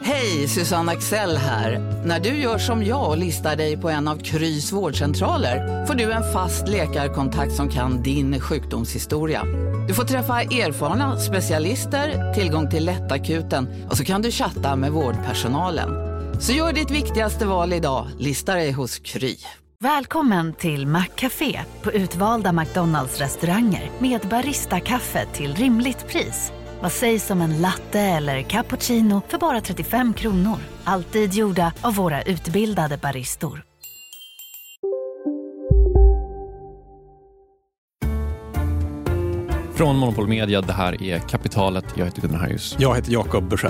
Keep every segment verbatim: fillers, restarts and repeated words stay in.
Hej, Susanne Axel här. När du gör som jag och listar dig på en av Krys vårdcentraler får du en fast läkarkontakt som kan din sjukdomshistoria. Du får träffa erfarna specialister, tillgång till lättakuten och så kan du chatta med vårdpersonalen. Så gör ditt viktigaste val idag, lista dig hos Kry. Välkommen till Maccafé på utvalda McDonalds restauranger med Barista-kaffe till rimligt pris. Vad sägs om en latte eller cappuccino för bara trettiofem kronor? Alltid gjorda av våra utbildade baristor. Från Monopol Media, det här är Kapitalet. Jag heter Gunnar Harjus. Jag heter Jakob Bursell.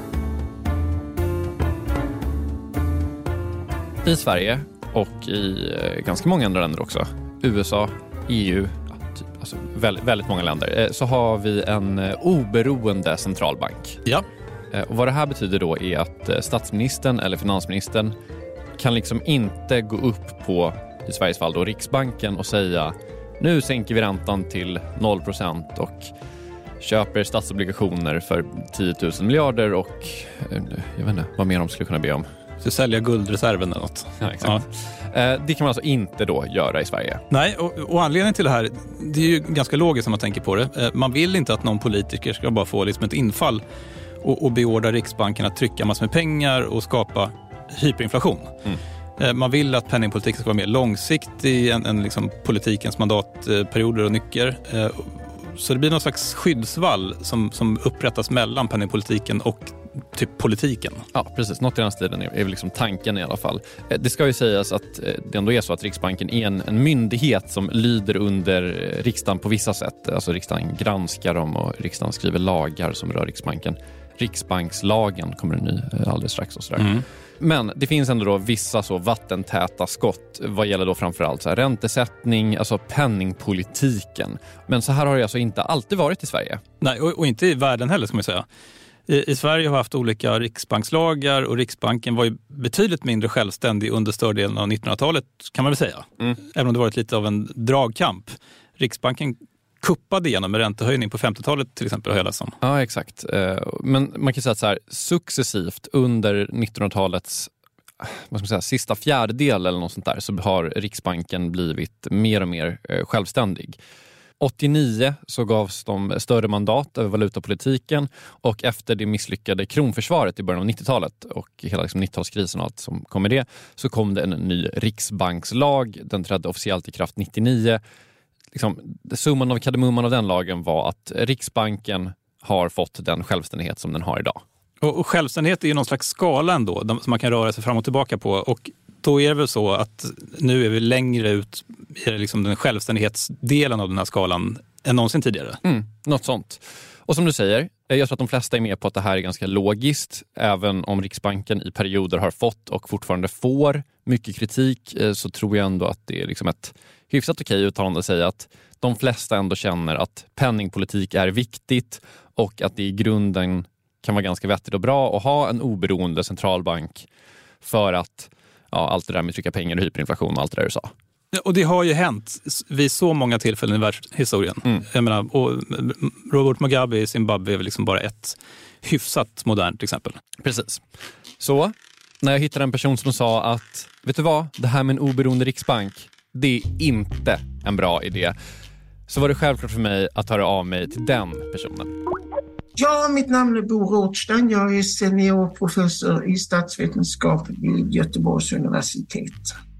I Sverige och i ganska många andra länder också, U S A, E U, typ, alltså väldigt, väldigt många länder, så har vi en oberoende centralbank. Ja. Och vad det här betyder då är att statsministern eller finansministern kan liksom inte gå upp på, i Sveriges fall då, Riksbanken och säga nu sänker vi räntan till noll procent och köper statsobligationer för tio tusen miljarder och jag vet inte vad mer de skulle kunna be om. Så sälja guldreserven eller något. Ja, exakt. Ja. Det kan man alltså inte då göra i Sverige. Nej, och, och anledningen till det här, det är ju ganska logiskt om man tänker på det. Man vill inte att någon politiker ska bara få liksom ett infall och, och beordra Riksbanken att trycka massor med pengar och skapa hyperinflation. Mm. Man vill att penningpolitiken ska vara mer långsiktig än, än liksom politikens mandatperioder och nycker. Så det blir någon slags skyddsvall som, som upprättas mellan penningpolitiken och typ politiken. Ja, precis. Något i den stilen är, är liksom tanken i alla fall. Det ska ju sägas att det ändå är så att Riksbanken är en, en myndighet som lyder under riksdagen på vissa sätt. Alltså riksdagen granskar dem och riksdagen skriver lagar som rör Riksbanken. Riksbankslagen kommer en ny alldeles strax och sådär. Mm. Men det finns ändå då vissa så vattentäta skott vad gäller då framförallt så här räntesättning, alltså penningpolitiken. Men så här har det alltså inte alltid varit i Sverige. Nej, och, och inte i världen heller ska man säga. I, I Sverige har vi haft olika riksbankslagar och Riksbanken var ju betydligt mindre självständig under större delen av nittonhundratalet kan man väl säga. Mm. Även om det varit lite av en dragkamp. Riksbanken kuppade igenom med räntehöjning på femtiotalet till exempel, har jag läst som. Ja, exakt. Men man kan säga att så här, successivt under nittonhundratalets vad ska man säga, sista fjärdedel eller något sånt där så har Riksbanken blivit mer och mer självständig. åttionio så gavs de större mandat över valutapolitiken och efter det misslyckade kronförsvaret i början av nittiotalet och hela liksom nittiotalskrisen och allt som kom med det så kom det en ny riksbankslag. Den trädde officiellt i kraft nittionio. Liksom, summan av kardemumman av den lagen var att Riksbanken har fått den självständighet som den har idag. Och, och självständighet är ju någon slags skala ändå som man kan röra sig fram och tillbaka på och då är det väl så att nu är vi längre ut i liksom den självständighetsdelen av den här skalan än någonsin tidigare. Mm, något sånt. Och som du säger, jag tror att de flesta är med på att det här är ganska logiskt. Även om Riksbanken i perioder har fått och fortfarande får mycket kritik så tror jag ändå att det är liksom ett hyfsat okej uttalande att säga att de flesta ändå känner att penningpolitik är viktigt och att det i grunden kan vara ganska vettigt och bra att ha en oberoende centralbank för att ja, allt det där med trycka pengar och hyperinflation och allt det där du sa. Ja, och det har ju hänt vid så många tillfällen i världshistorien. Mm. Jag menar, och Robert Mugabe i Zimbabwe är väl liksom bara ett hyfsat modernt exempel. Precis. Så när jag hittade en person som sa att vet du vad, det här med en oberoende riksbank det är inte en bra idé. Så var det självklart för mig att höra av mig till den personen. Ja, mitt namn är Bo Rothstein. Jag är seniorprofessor i statsvetenskap vid Göteborgs universitet.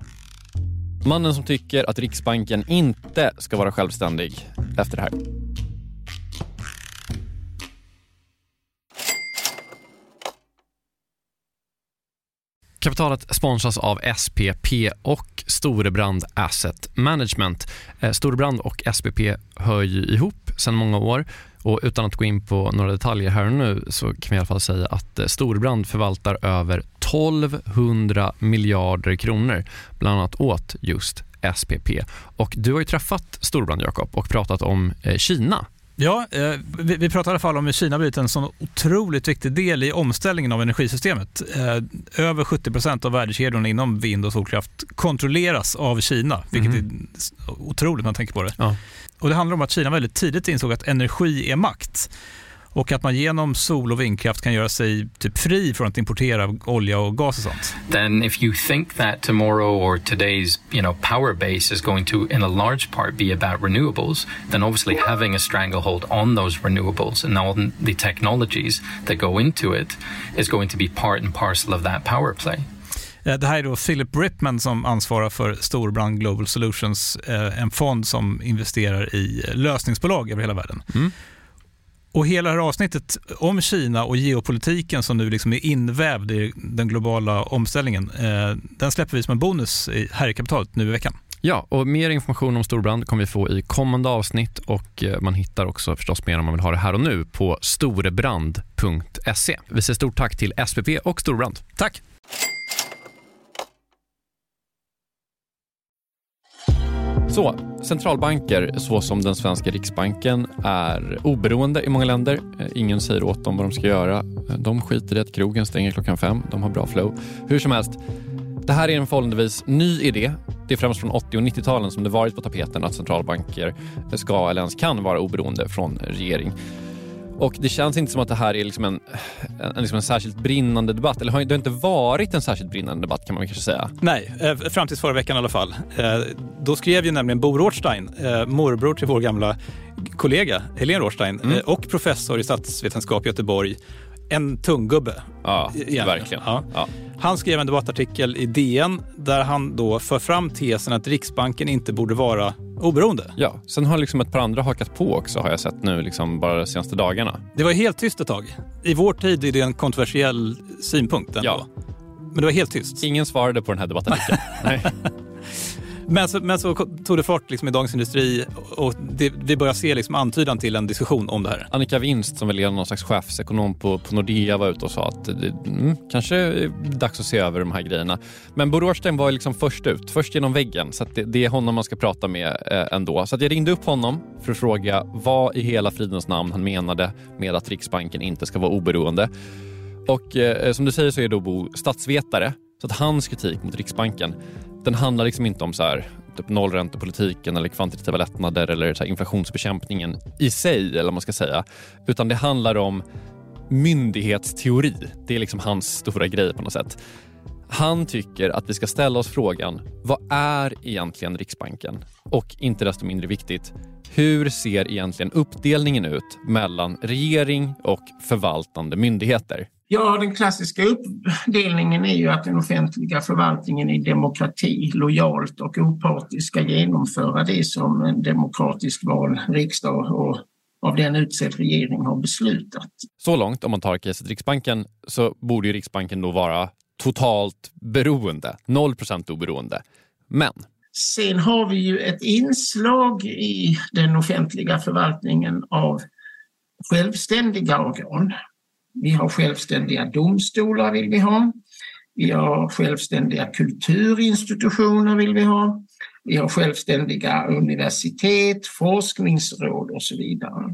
Mannen som tycker att Riksbanken inte ska vara självständig efter det här. Kapitalet sponsras av S P P och Storebrand Asset Management. Storebrand och S P P hör ju ihop sedan många år och utan att gå in på några detaljer här och nu så kan vi i alla fall säga att Storebrand förvaltar över tolvhundra miljarder kronor bland annat åt just S P P. Och du har ju träffat Storebrand, Jakob, och pratat om Kina. Ja, eh, vi, vi pratar i alla fall om hur Kina blivit en sån otroligt viktig del i omställningen av energisystemet. Eh, över sjuttio procent av värdekedjorna inom vind- och solkraft kontrolleras av Kina, vilket mm. är otroligt när man tänker på det. Ja. Och det handlar om att Kina väldigt tidigt insåg att energi är makt. och att man genom sol- och vindkraft kan göra sig typ fri från att importera olja och gas och sånt. Then if you think that tomorrow or today's, you know, power base is going to in a large part be about renewables, then obviously having a stranglehold on those renewables and all the technologies that go into it is going to be part and parcel of that power play. Det här är då Philip Ripman som ansvarar för Storebrand Global Solutions, en fond som investerar i lösningsbolag över hela världen. Mm. Och hela det här avsnittet om Kina och geopolitiken som nu liksom är invävd i den globala omställningen, den släpper vi som en bonus här i Kapitalet nu i veckan. Ja, och mer information om Storebrand kommer vi få i kommande avsnitt, och man hittar också förstås mer om man vill ha det här och nu på storebrand punkt se. Vi säger stort tack till S P P och Storebrand. Tack! Så, centralbanker så som den svenska Riksbanken är oberoende i många länder. Ingen säger åt dem vad de ska göra. De skiter i att krogen stänger klockan fem. De har bra flow. Hur som helst, det här är en förhållandevis ny idé. Det är främst från åttio- och nittio-talen som det varit på tapeten att centralbanker ska eller ens kan vara oberoende från regering. Och det känns inte som att det här är liksom en, en, liksom en särskilt brinnande debatt. Eller har det inte varit en särskilt brinnande debatt, kan man kanske säga? Nej, eh, fram till förra veckan i alla fall. Eh, då skrev ju nämligen Bo Rothstein, eh, morbror till vår gamla kollega Helene Rothstein, mm. eh, och professor i statsvetenskap i Göteborg, en tunggubbe. Ja, egentligen. Verkligen. Ja. Ja. Han skrev en debattartikel i D N där han då för fram tesen att Riksbanken inte borde vara oberoende. Ja, sen har liksom ett par andra hakat på också, har jag sett nu liksom bara de senaste dagarna. Det var helt tyst ett tag. I vår tid är det en kontroversiell synpunkt ändå. Ja. Men det var helt tyst. Ingen svarade på den här debattartikeln. Nej. Men så, men så tog det fart liksom i Dagens Industri, och det, vi börjar se liksom antydan till en diskussion om det här. Annika Winst, som väl är någon slags chefsekonom på, på Nordea, var ute och sa att det mm, kanske är dags att se över de här grejerna. Men Bo Rothstein var liksom först ut, först genom väggen, så att det, det är honom man ska prata med eh, ändå. Så att jag ringde upp honom för att fråga vad i hela fridens namn han menade med att Riksbanken inte ska vara oberoende. Och eh, som du säger så är då Bo statsvetare, så att hans kritik mot Riksbanken, den handlar liksom inte om så här, typ nollräntepolitiken eller kvantitativa lättnader eller så här inflationsbekämpningen i sig, eller vad man ska säga. Utan det handlar om myndighetsteori. Det är liksom hans stora grej på något sätt. Han tycker att vi ska ställa oss frågan, vad är egentligen Riksbanken? Och inte desto mindre viktigt, hur ser egentligen uppdelningen ut mellan regering och förvaltande myndigheter? Ja, den klassiska uppdelningen är ju att den offentliga förvaltningen i demokrati lojalt och opartiskt ska genomföra det som en demokratisk val, riksdag och av den utsedd regering har beslutat. Så långt, om man tar caset Riksbanken, så borde ju Riksbanken då vara totalt beroende, noll procent oberoende. Men sen har vi ju ett inslag i den offentliga förvaltningen av självständiga organ. Vi har självständiga domstolar vill vi ha. Vi har självständiga kulturinstitutioner vill vi ha. Vi har självständiga universitet, forskningsråd och så vidare.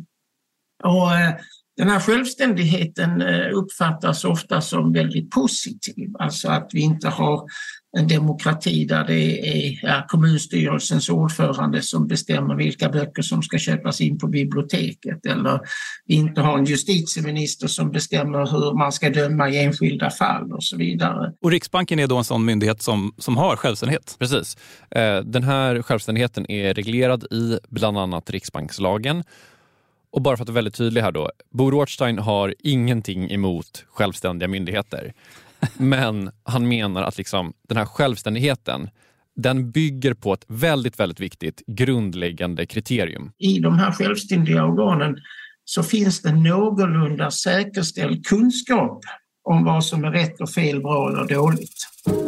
Och den här självständigheten uppfattas ofta som väldigt positiv. Alltså att vi inte har en demokrati där det är kommunstyrelsens ordförande som bestämmer vilka böcker som ska köpas in på biblioteket, eller vi inte har en justitieminister som bestämmer hur man ska döma i enskilda fall och så vidare. Och Riksbanken är då en sån myndighet som, som har självständighet? Precis. Den här självständigheten är reglerad i bland annat Riksbankslagen. Och bara för att vara väldigt tydlig här då, Bo Rothstein har ingenting emot självständiga myndigheter. Men han menar att liksom, den här självständigheten, den bygger på ett väldigt, väldigt viktigt grundläggande kriterium. I de här självständiga organen så finns det någorlunda säkerställd kunskap om vad som är rätt och fel, bra eller dåligt.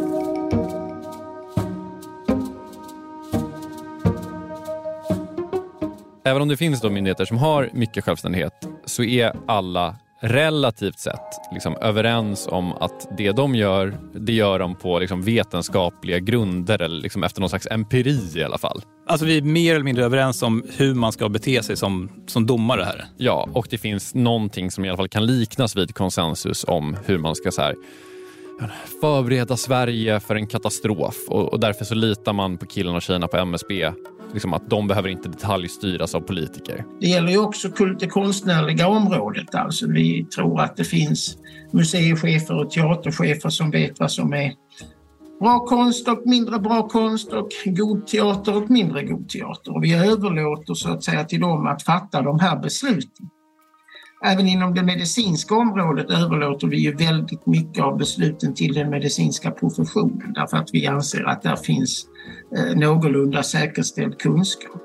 Även om det finns då myndigheter som har mycket självständighet, så är alla relativt sett liksom överens om att det de gör, det gör de på liksom vetenskapliga grunder eller liksom efter någon slags empiri i alla fall. Alltså vi är mer eller mindre överens om hur man ska bete sig som, som domare här. Ja, och det finns någonting som i alla fall kan liknas vid konsensus om hur man ska så här, förbereda Sverige för en katastrof och, och därför så litar man på killarna och tjejerna på M S B. Liksom att de behöver inte detaljstyras av politiker. Det gäller ju också det konstnärliga området. Alltså vi tror att det finns museichefer och teaterchefer som vet vad som är bra konst och mindre bra konst och god teater och mindre god teater. Och vi överlåter så att säga till dem att fatta de här besluten. Även inom det medicinska området överlåter vi ju väldigt mycket av besluten till den medicinska professionen därför att vi anser att där finns eh, någorlunda säkerställd kunskap.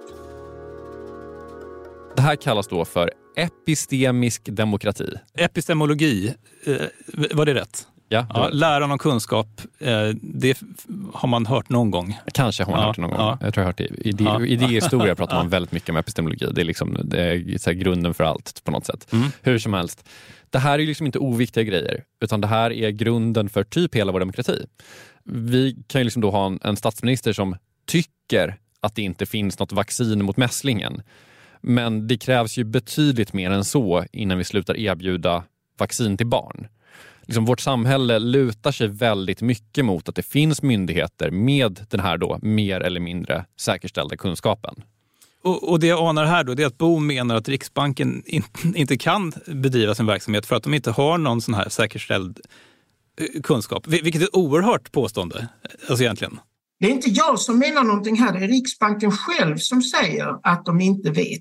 Det här kallas då för epistemisk demokrati. Epistemologi, eh, var det rätt? Ja, ja, läran om kunskap, eh, det har man hört någon gång. Kanske har man ja, hört det någon gång. Ja. Jag tror jag har hört det. I idé, ja. idéhistoria pratar man väldigt mycket om epistemologi. Det är, liksom, det är så här grunden för allt på något sätt. Mm. Hur som helst. Det här är ju liksom inte oviktiga grejer. Utan det här är grunden för typ hela vår demokrati. Vi kan ju liksom då ha en, en statsminister som tycker att det inte finns något vaccin mot mässlingen. Men det krävs ju betydligt mer än så innan vi slutar erbjuda vaccin till barn. Liksom vårt samhälle lutar sig väldigt mycket mot att det finns myndigheter med den här då mer eller mindre säkerställda kunskapen. Och, och det jag anar här då, det är att Bo menar att Riksbanken in, inte kan bedriva sin verksamhet för att de inte har någon sån här säkerställd kunskap. Vilket är ett oerhört påstående, alltså egentligen. Det är inte jag som menar någonting här, det är Riksbanken själv som säger att de inte vet.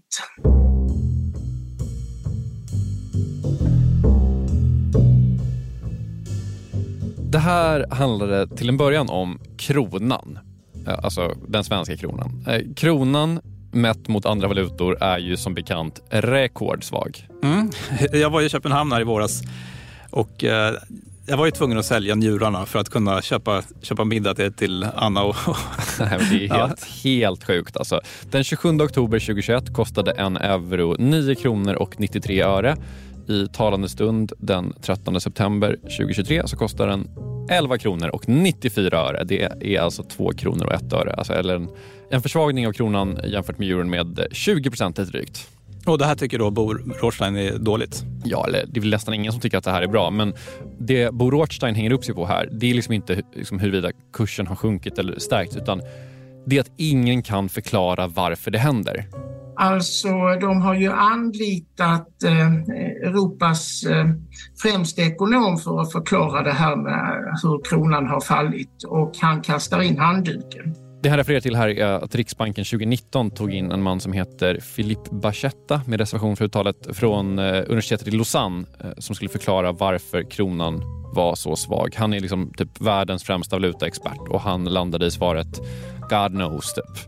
Det här handlade till en början om kronan, alltså den svenska kronan. Kronan mätt mot andra valutor är ju som bekant rekordsvag. Mm. Jag var i Köpenhamn här i våras och eh, jag var ju tvungen att sälja njurarna för att kunna köpa, köpa middag till, till Anna. Och det är helt, ja. helt sjukt. Alltså. Den tjugosjunde oktober tjugohundratjugoett kostade en euro nio kronor och nittiotre öre. I talande stund den trettonde september tjugohundratjugotre så kostar den elva kronor och nittiofyra öre. Det är alltså två kronor och ett öre. Alltså, eller en, en försvagning av kronan jämfört med euron med tjugo procent drygt. Och det här tycker då Bo Rothstein är dåligt? Ja, eller det är väl nästan ingen som tycker att det här är bra. Men det Bo Rothstein hänger upp sig på här, det är liksom inte liksom huruvida kursen har sjunkit eller stärkt, utan det är att ingen kan förklara varför det händer. Alltså, de har ju anlitat eh, Europas eh, främsta ekonom för att förklara det här med hur kronan har fallit, och han kastar in handduken. Det han refererar till här är att Riksbanken tjugonitton tog in en man som heter Philippe Bachetta, med reservation för uttalet, från eh, universitetet i Lausanne eh, som skulle förklara varför kronan var så svag. Han är liksom typ världens främsta valutaexpert och han landade i svaret God knows typ.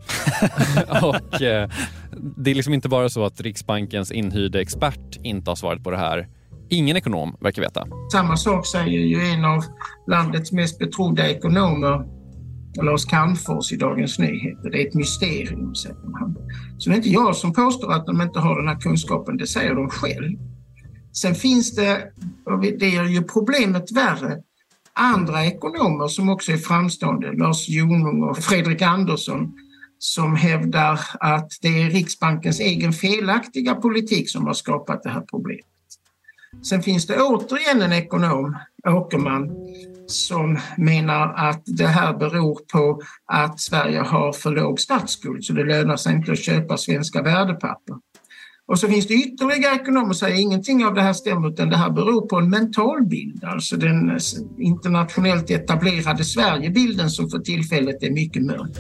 och eh, det är liksom inte bara så att Riksbankens inhyrde expert inte har svarat på det här. Ingen ekonom verkar veta. Samma sak säger ju en av landets mest betrodda ekonomer, Lars Calmfors, i Dagens Nyheter. Det är ett mysterium, säger han. Så det är inte jag som påstår att de inte har den här kunskapen, det säger de själv. Sen finns det, och det är ju problemet värre, andra ekonomer som också är framstående, Lars Jonung och Fredrik Andersson, som hävdar att det är Riksbankens egen felaktiga politik som har skapat det här problemet. Sen finns det återigen en ekonom, Åkerman, som menar att det här beror på att Sverige har för låg statsskuld, så det lönar sig inte att köpa svenska värdepapper. Och så finns det ytterligare ekonomer som säger ingenting av det här stämmer, utan det här beror på en mental bild, alltså den internationellt etablerade Sverigebilden som för tillfället är mycket mörk.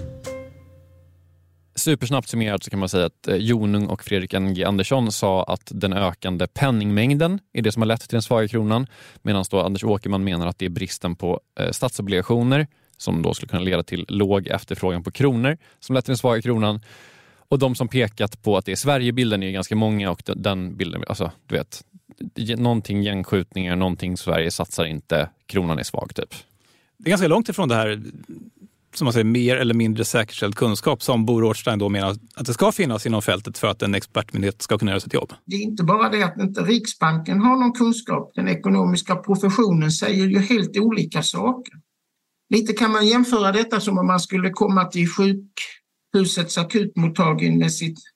Supersnabbt summerat så kan man säga att Jonung och Fredrik N G Andersson sa att den ökande penningmängden är det som har lett till den svaga kronan, medan då Anders Åkerman menar att det är bristen på eh, statsobligationer som då skulle kunna leda till låg efterfrågan på kronor som lett till den svaga kronan. Och de som pekat på att det är Sverigebilden är ganska många, och den bilden, alltså du vet, någonting gängskjutningar, någonting Sverige satsar inte, kronan är svag typ. Det är ganska långt ifrån det här, som man säger, mer eller mindre säkerställd kunskap som Bo Rothstein då menar att det ska finnas inom fältet för att en expertmyndighet ska kunna göra sitt jobb. Det är inte bara det att inte Riksbanken har någon kunskap, den ekonomiska professionen säger ju helt olika saker. Lite kan man jämföra detta som om man skulle komma till sjukhusets akutmottagning med sitt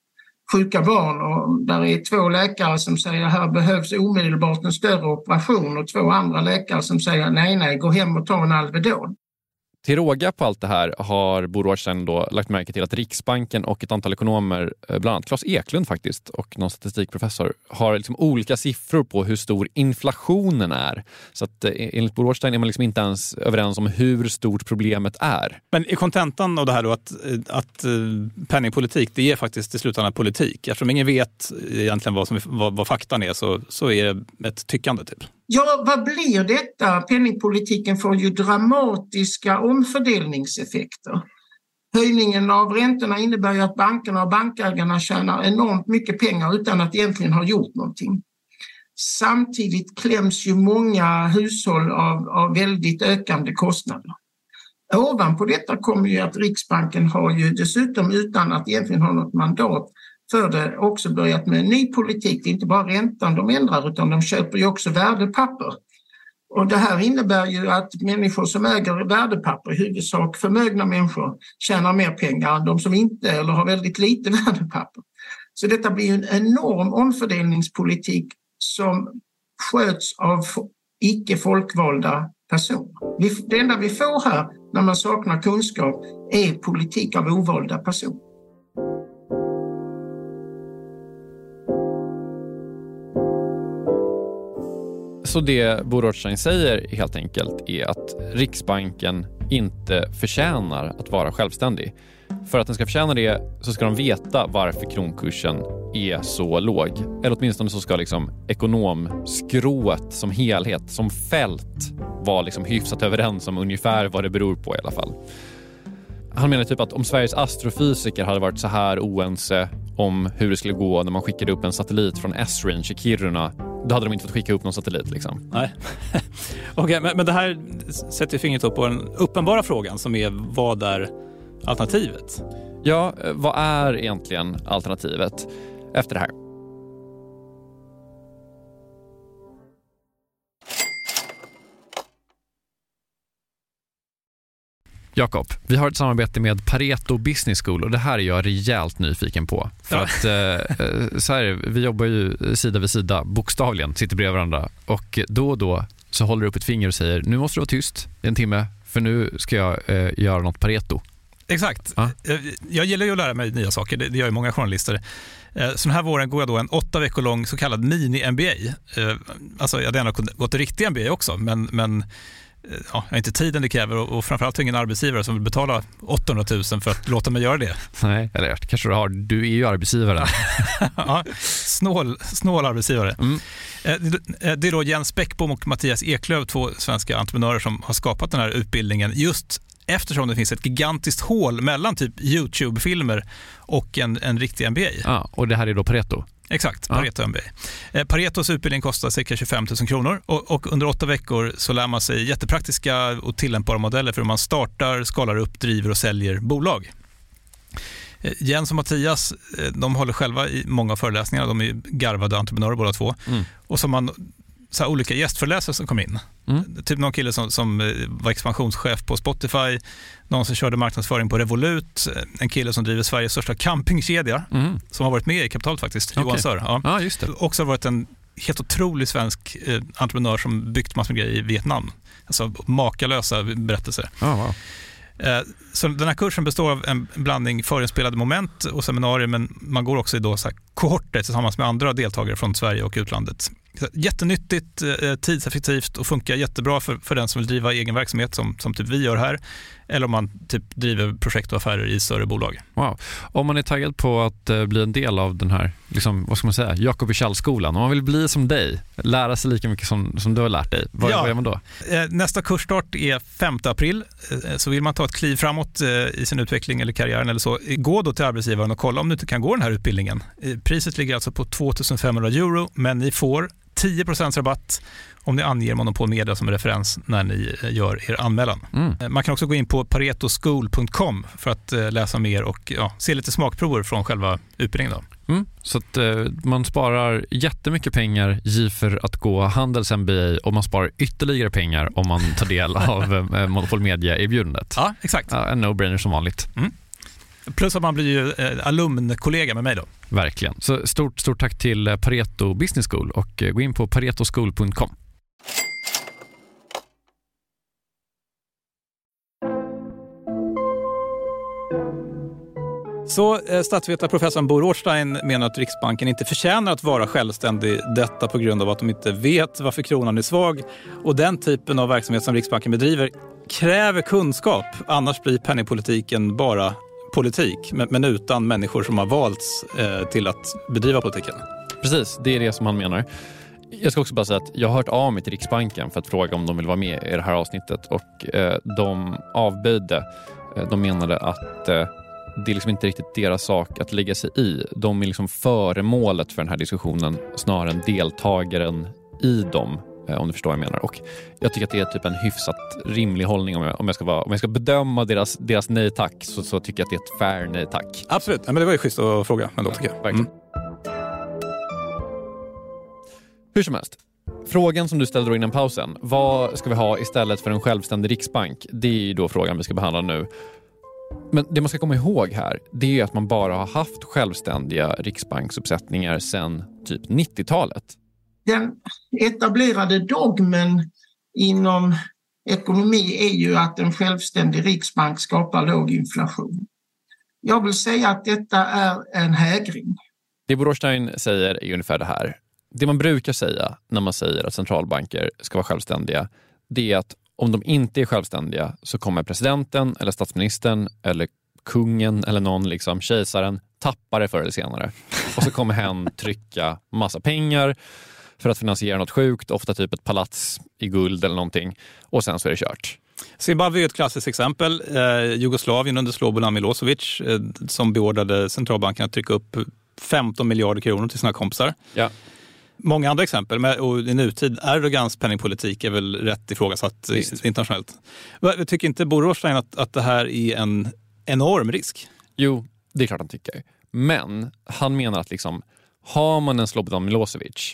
sjuka barn och där är två läkare som säger att här behövs omedelbart en större operation och två andra läkare som säger nej, nej, gå hem och ta en Alvedon. Till råga på allt det här har Bo Rothstein då lagt märke till att Riksbanken och ett antal ekonomer, bland annat Claes Eklund faktiskt och någon statistikprofessor, har liksom olika siffror på hur stor inflationen är. Så att enligt Bo Rothstein är man liksom inte ens överens om hur stort problemet är. Men i kontentan av det här då att, att penningpolitik, det är faktiskt i slutändan politik. Eftersom ingen vet egentligen vad, som, vad, vad faktan är så, så är det ett tyckande typ. Ja, vad blir detta? Penningpolitiken får ju dramatiska omfördelningseffekter. Höjningen av räntorna innebär ju att bankerna och bankägarna tjänar enormt mycket pengar utan att egentligen ha gjort någonting. Samtidigt kläms ju många hushåll av, av väldigt ökande kostnader. Ovanpå detta kommer ju att Riksbanken har ju dessutom utan att egentligen ha något mandat för det också börjat med en ny politik. Det är inte bara räntan de ändrar utan de köper ju också värdepapper. Och det här innebär ju att människor som äger värdepapper, i huvudsak förmögna människor, tjänar mer pengar än de som inte eller har väldigt lite värdepapper. Så detta blir en enorm omfördelningspolitik som sköts av icke folkvalda personer. Det enda vi får här när man saknar kunskap är politik av ovalda personer. Så det Bo Rothstein säger helt enkelt är att Riksbanken inte förtjänar att vara självständig. För att den ska förtjäna det så ska de veta varför kronkursen är så låg. Eller åtminstone så ska liksom ekonomskrået som helhet, som fält, vara liksom hyfsat överens om ungefär vad det beror på i alla fall. Han menar typ att om Sveriges astrofysiker hade varit så här oense om hur det skulle gå när man skickade upp en satellit från S-Range i Kiruna, då hade de inte fått skicka upp någon satellit liksom. Nej. Okej, okay, men, men det här sätter fingret upp på den uppenbara frågan som är vad är alternativet? Ja, vad är egentligen alternativet efter det här? Jakob, vi har ett samarbete med Pareto Business School och det här är jag rejält nyfiken på. För ja. att eh, så här, vi jobbar ju sida vid sida, bokstavligen, sitter bredvid varandra. Och då och då så håller du upp ett finger och säger, nu måste du vara tyst i en timme för nu ska jag eh, göra något Pareto. Exakt. Ja. Jag gillar ju att lära mig nya saker, det gör ju många journalister. Så den här våren går jag då en åtta veckor lång så kallad mini-M B A. Alltså jag hade gärna gått till riktig M B A också, men, men ja, jag har inte tiden det kräver och, och framförallt ingen arbetsgivare som vill betala åttahundratusen för att låta mig göra det. Nej, eller kanske du har. Du är ju arbetsgivare. Ja, snål, snål arbetsgivare. Mm. Det är då Jens Bäckbom och Mattias Eklöf, två svenska entreprenörer som har skapat den här utbildningen just eftersom det finns ett gigantiskt hål mellan typ YouTube-filmer och en, en riktig M B A. Ja, och det här är då Pareto? Exakt, Pareto M B A. Paretos utbildning kostar cirka tjugofem tusen kronor och, och under åtta veckor så lär man sig jättepraktiska och tillämpbara modeller för hur man startar, skalar upp, driver och säljer bolag. Jens och Mattias, de håller själva i många föreläsningar, de är garvade entreprenörer båda två. Mm. Och som man så här olika gästföreläsare som kom in. Mm. Typ någon kille som, som var expansionschef på Spotify, någon som körde marknadsföring på Revolut, en kille som driver Sveriges största campingkedja mm. som har varit med i kapitalet faktiskt, okay. Johan Sör. Ja. Ja, just det. Också har varit en helt otrolig svensk eh, entreprenör som byggt massor med grejer i Vietnam. Alltså makalösa berättelser. Oh, wow. eh, så den här kursen består av en blandning förinspelade moment och seminarier, men man går också i då så här kohorter tillsammans med andra deltagare från Sverige och utlandet. Jättenyttigt, tidseffektivt och funkar jättebra för, för den som vill driva egen verksamhet som, som typ vi gör här. Eller om man typ driver projekt och affärer i större bolag. Wow. Om man är taggad på att uh, bli en del av den här, liksom, vad ska man säga, Jakob Wichall-skolan. Om man vill bli som dig, lära sig lika mycket som, som du har lärt dig. Vad, ja. vad gör man då? Nästa kursstart är femte april. Så vill man ta ett kliv framåt i sin utveckling eller karriären eller så, gå då till arbetsgivaren och kolla om du inte kan gå den här utbildningen. Priset ligger alltså på tvåtusenfemhundra euro, men ni får tio procent rabatt om ni anger Monopol Media som referens när ni gör er anmälan. Mm. Man kan också gå in på paretoschool punkt com för att läsa mer och ja, se lite smakprover från själva utbildningen då. Mm. Så att eh, man sparar jättemycket pengar i för att gå Handels M B A och man sparar ytterligare pengar om man tar del av eh, Monopol Media-erbjudandet. Ja, exakt. Ja, en no-brainer som vanligt. Mm. Plus att man blir ju eh, alumnkollega med mig då. Verkligen. Så stort, stort tack till Pareto Business School och gå in på pareto school punkt com. Så eh, statsvetarprofessorn Bo Rothstein menar att Riksbanken inte förtjänar att vara självständig, detta på grund av att de inte vet varför kronan är svag. Och den typen av verksamhet som Riksbanken bedriver kräver kunskap, annars blir penningpolitiken bara politik, men, men utan människor som har valts eh, till att bedriva politiken. Precis, det är det som han menar. Jag ska också bara säga att jag har hört av mig till Riksbanken för att fråga om de vill vara med i det här avsnittet och eh, de avböjde. Eh, de menade att eh, det är liksom inte riktigt deras sak att lägga sig i. De är liksom föremålet för den här diskussionen snarare än deltagaren i dem, om du förstår vad jag menar. Och jag tycker att det är typ en hyfsat rimlig hållning om jag, om jag, ska, vara, om jag ska bedöma deras, deras nej tack så, så tycker jag att det är ett fair nej tack. Absolut, ja, men det var ju schysst att fråga ändå, tycker jag. Verkligen. Mm. Hur som helst. Frågan som du ställde då innan pausen, vad ska vi ha istället för en självständig riksbank? Det är ju då frågan vi ska behandla nu. Men det man ska komma ihåg här, det är att man bara har haft självständiga riksbanksuppsättningar sedan typ nittiotalet. Den etablerade dogmen inom ekonomi är ju att en självständig riksbank skapar låg inflation. Jag vill säga att detta är en hägring. Det Bo Rothstein säger är ungefär det här. Det man brukar säga när man säger att centralbanker ska vara självständiga, det är att om de inte är självständiga så kommer presidenten eller statsministern eller kungen eller någon liksom kejsaren tappa det förr eller senare. Och så kommer hen trycka massa pengar för att finansiera något sjukt, ofta typ ett palats i guld eller någonting. Och sen så är det kört. Zimbabwe är ett klassiskt exempel. Eh, Jugoslavien under Slobodan Milosevic eh, som beordrade centralbanken att trycka upp femton miljarder kronor till sina kompisar. Ja. Många andra exempel, och i nutid Erdogans penningpolitik är väl rätt ifrågasatt Visst. internationellt. Jag tycker inte Bo Rothstein att, att det här är en enorm risk? Jo, det är klart han tycker. Men han menar att liksom, har man en Slobodan Milosevic,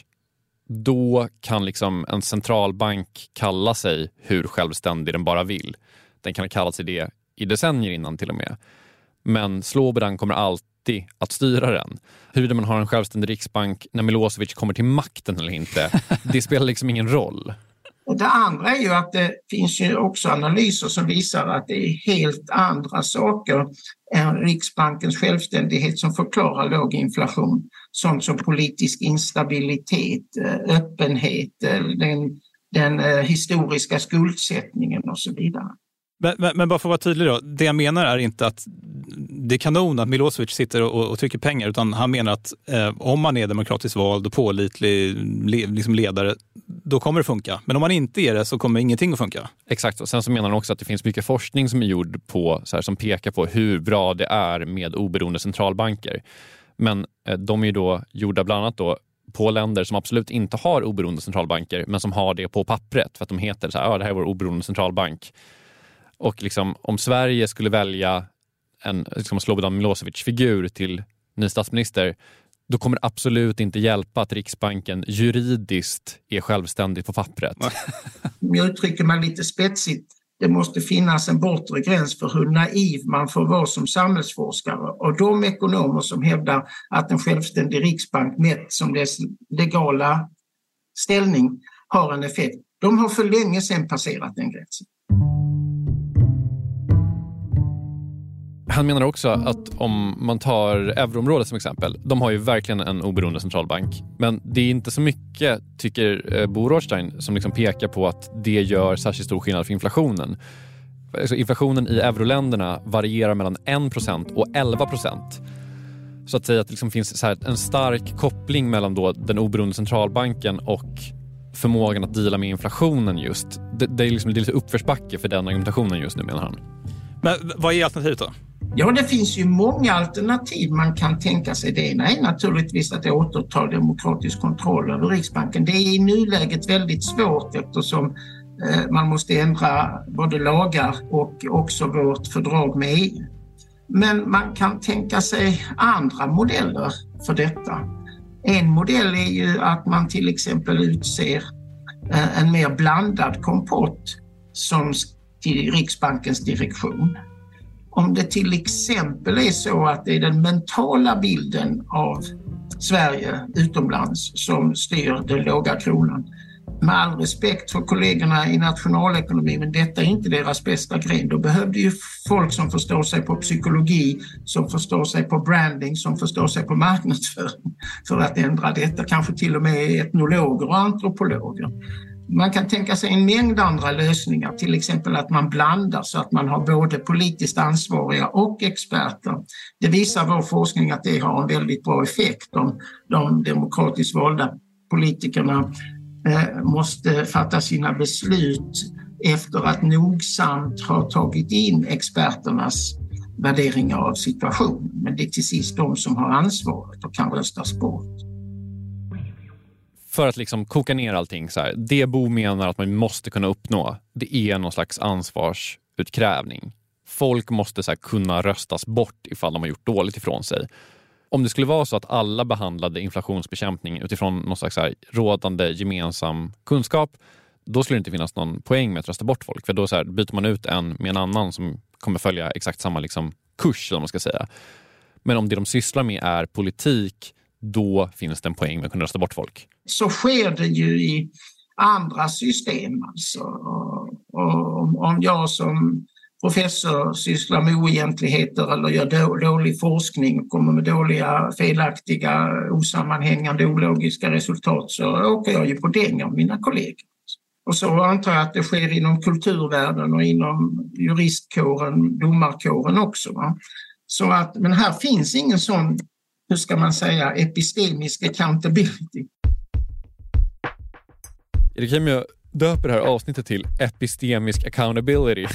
då kan liksom en centralbank kalla sig hur självständig den bara vill. Den kan ha kallat sig det i decennier innan till och med. Men Slobodan kommer alltid att styra den. Huruvida man har en självständig riksbank när Milosevic kommer till makten eller inte, det spelar liksom ingen roll. Och det andra är ju att det finns ju också analyser som visar att det är helt andra saker än Riksbankens självständighet som förklarar låg inflation. Sånt som politisk instabilitet, öppenhet, den, den historiska skuldsättningen och så vidare. Men, men, men bara för att vara tydlig då, det jag menar är inte att det är kanon att Milosevic sitter och, och trycker pengar, utan han menar att eh, om man är demokratiskt vald och pålitlig le, liksom ledare, då kommer det funka. Men om man inte är det så kommer ingenting att funka. Exakt, och sen så menar han också att det finns mycket forskning som är gjord på, så här, som pekar på hur bra det är med oberoende centralbanker. Men eh, de är ju då gjorda bland annat då på länder som absolut inte har oberoende centralbanker, men som har det på pappret för att de heter så här, ja, det här är vår oberoende centralbank. Och liksom, om Sverige skulle välja en liksom Slobodan Milosevic-figur till ny statsminister, då kommer det absolut inte hjälpa att Riksbanken juridiskt är självständig på pappret. Om jag uttrycker mig lite spetsigt, det måste finnas en bortre gräns för hur naiv man får vara som samhällsforskare. Och de ekonomer som hävdar att en självständig riksbank mätt som dess legala ställning har en effekt, de har för länge sedan passerat den gränsen. Han menar också att om man tar euroområdet som exempel, de har ju verkligen en oberoende centralbank. Men det är inte så mycket, tycker Bo Rothstein, som liksom pekar på att det gör särskilt stor skillnad för inflationen. Alltså inflationen i euroländerna varierar mellan en procent och elva procent. Så att säga att det liksom finns så här en stark koppling mellan då den oberoende centralbanken och förmågan att deala med inflationen just. Det, det är liksom det är lite uppförsbacke för den argumentationen just nu, menar han. Men vad är alternativet då? Ja, det finns ju många alternativ man kan tänka sig. Det ena är naturligtvis att återta demokratisk kontroll över Riksbanken. Det är i nuläget väldigt svårt eftersom eh, man måste ändra både lagar och också vårt fördrag med E U. Men man kan tänka sig andra modeller för detta. En modell är ju att man till exempel utser eh, en mer blandad kompott som till Riksbankens direktion. om det till exempel är så att det är den mentala bilden av Sverige utomlands som styr den låga kronan. Med all respekt för kollegorna i nationalekonomi, men detta är inte deras bästa gren. Då behövde ju folk som förstår sig på psykologi, som förstår sig på branding, som förstår sig på marknadsföring för att ändra detta. Kanske till och med etnologer och antropologer. Man kan tänka sig en mängd andra lösningar, till exempel att man blandar så att man har både politiskt ansvariga och experter. Det visar vår forskning att det har en väldigt bra effekt om de demokratiskt valda politikerna måste fatta sina beslut efter att nogsamt ha tagit in experternas värderingar av situationen. Men det är till sist de som har ansvaret och kan röstas bort. För att liksom koka ner allting så här, det Bo menar att man måste kunna uppnå, det är någon slags ansvarsutkrävning. Folk måste så här kunna röstas bort ifall de har gjort dåligt ifrån sig. Om det skulle vara så att alla behandlade inflationsbekämpning utifrån någon slags så här rådande gemensam kunskap, då skulle det inte finnas någon poäng med att rösta bort folk. För då så här, byter man ut en med en annan som kommer följa exakt samma liksom, kurs, som man ska säga. Men om det de sysslar med är politik, då finns det en poäng med att kunna rösta bort folk. Så sker det ju i andra system. Alltså. Och, och, om jag som professor sysslar med oegentligheter eller gör då, dålig forskning och kommer med dåliga, felaktiga, osammanhängande, ologiska resultat, så åker jag ju på däng av mina kollegor. Och så antar jag att det sker inom kulturvärlden och inom juristkåren, domarkåren också. Va? Så att, men här finns ingen sån, hur ska man säga, epistemisk accountability. Erik Hemmiö döper det här avsnittet till epistemisk accountability.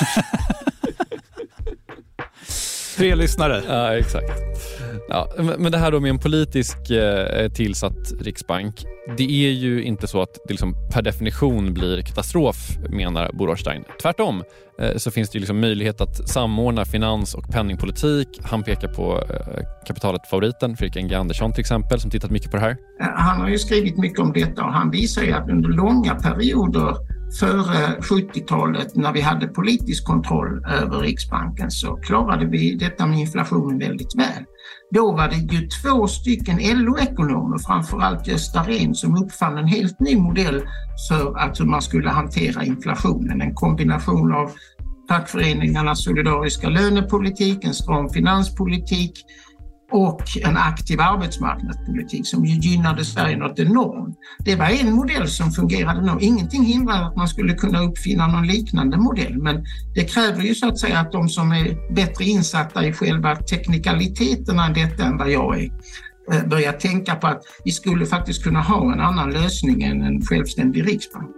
Tre lyssnare. Ja, exakt. Ja, men det här då med en politisk eh, tillsatt riksbank, det är ju inte så att det liksom per definition blir katastrof, menar Bo Rothstein. Tvärtom eh, så finns det ju liksom möjlighet att samordna finans- och penningpolitik. Han pekar på eh, Kapitalet-favoriten Fredrik N G Andersson till exempel, som tittat mycket på det här. Han har ju skrivit mycket om detta och han visar ju att under långa perioder före sjuttiotalet, när vi hade politisk kontroll över Riksbanken, så klarade vi detta med inflationen väldigt väl. Då var det ju två stycken L O-ekonomer, framförallt Gösta Rehn, som uppfann en helt ny modell för att hur man skulle hantera inflationen. En kombination av fackföreningarnas solidariska lönepolitik, en stram finanspolitik och en aktiv arbetsmarknadspolitik som ju gynnade Sverige något enormt. Det var en modell som fungerade nog. Ingenting hindrar att man skulle kunna uppfinna någon liknande modell, men det kräver ju så att säga att de som är bättre insatta i själva teknikaliteterna än detta än vad jag är, börjar tänka på att vi skulle faktiskt kunna ha en annan lösning än en självständig riksbank.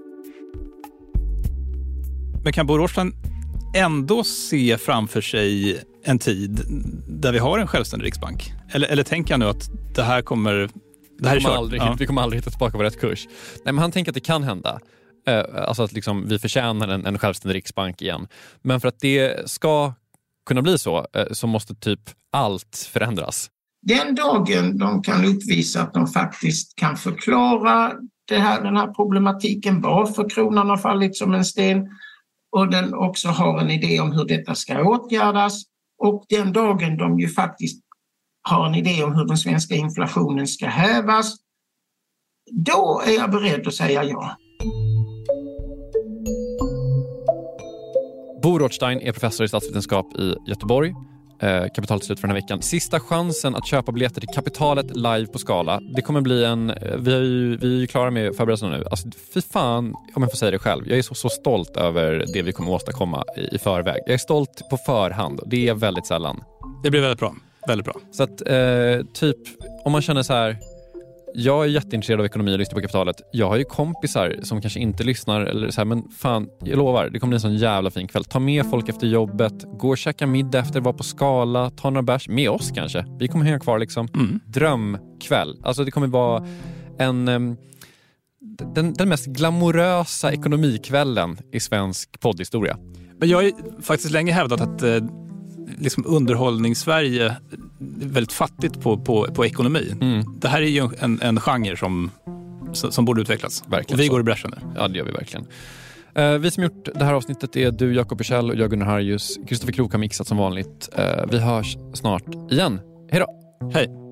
Men kan Bo Rothstein ändå se framför sig en tid där vi har en självständig riksbank? Eller, eller tänker jag nu att det här kommer... Det här vi, kommer är aldrig, ja. vi kommer aldrig hitta tillbaka på rätt kurs. Nej, men han tänker att det kan hända. Eh, alltså att liksom vi förtjänar en, en självständig riksbank igen. Men för att det ska kunna bli så, eh, så måste typ allt förändras. Den dagen de kan uppvisa att de faktiskt kan förklara det här, den här problematiken, varför kronan har fallit som en sten, och den också har en idé om hur detta ska åtgärdas, och den dagen de ju faktiskt har en idé om hur den svenska inflationen ska hävas, då är jag beredd att säga ja. Bo Rothstein är professor i statsvetenskap i Göteborg. Eh, Kapitalet slut för den här veckan. Sista chansen att köpa biljetter till Kapitalet live på Skala. Det kommer bli en... Vi är ju, vi är ju klara med förberedelserna nu. Alltså, fy fan, om jag får säga det själv. Jag är så, så stolt över det vi kommer åstadkomma i, i förväg. Jag är stolt på förhand. Det är väldigt sällan. Det blir väldigt bra. Väldigt bra. Så att eh, typ, om man känner så här... Jag är jätteintresserad av ekonomi och lyssnar på Kapitalet. Jag har ju kompisar som kanske inte lyssnar eller så här, men fan, jag lovar, det kommer bli en sån jävla fin kväll. Ta med folk efter jobbet, gå och käka middag efter, vara på Skala, ta några bärs med oss kanske. Vi kommer hänga kvar liksom. Mm. Drömkväll. Alltså det kommer vara en um, den, den mest glamorösa ekonomikvällen i svensk poddhistoria. Men jag har faktiskt länge hävdat att eh, liksom underhållning-Sverige är väldigt fattigt på, på, på ekonomi. Mm. Det här är ju en, en genre som, som borde utvecklas. Verkligen och vi så. går i bräschen nu. Ja, det gör vi verkligen. Eh, vi som gjort det här avsnittet är du, Jakob Bursell, och jag, Gunnar Harjus. Kristoffer Krook har mixat som vanligt. Eh, vi hörs snart igen. Hej då! Hej!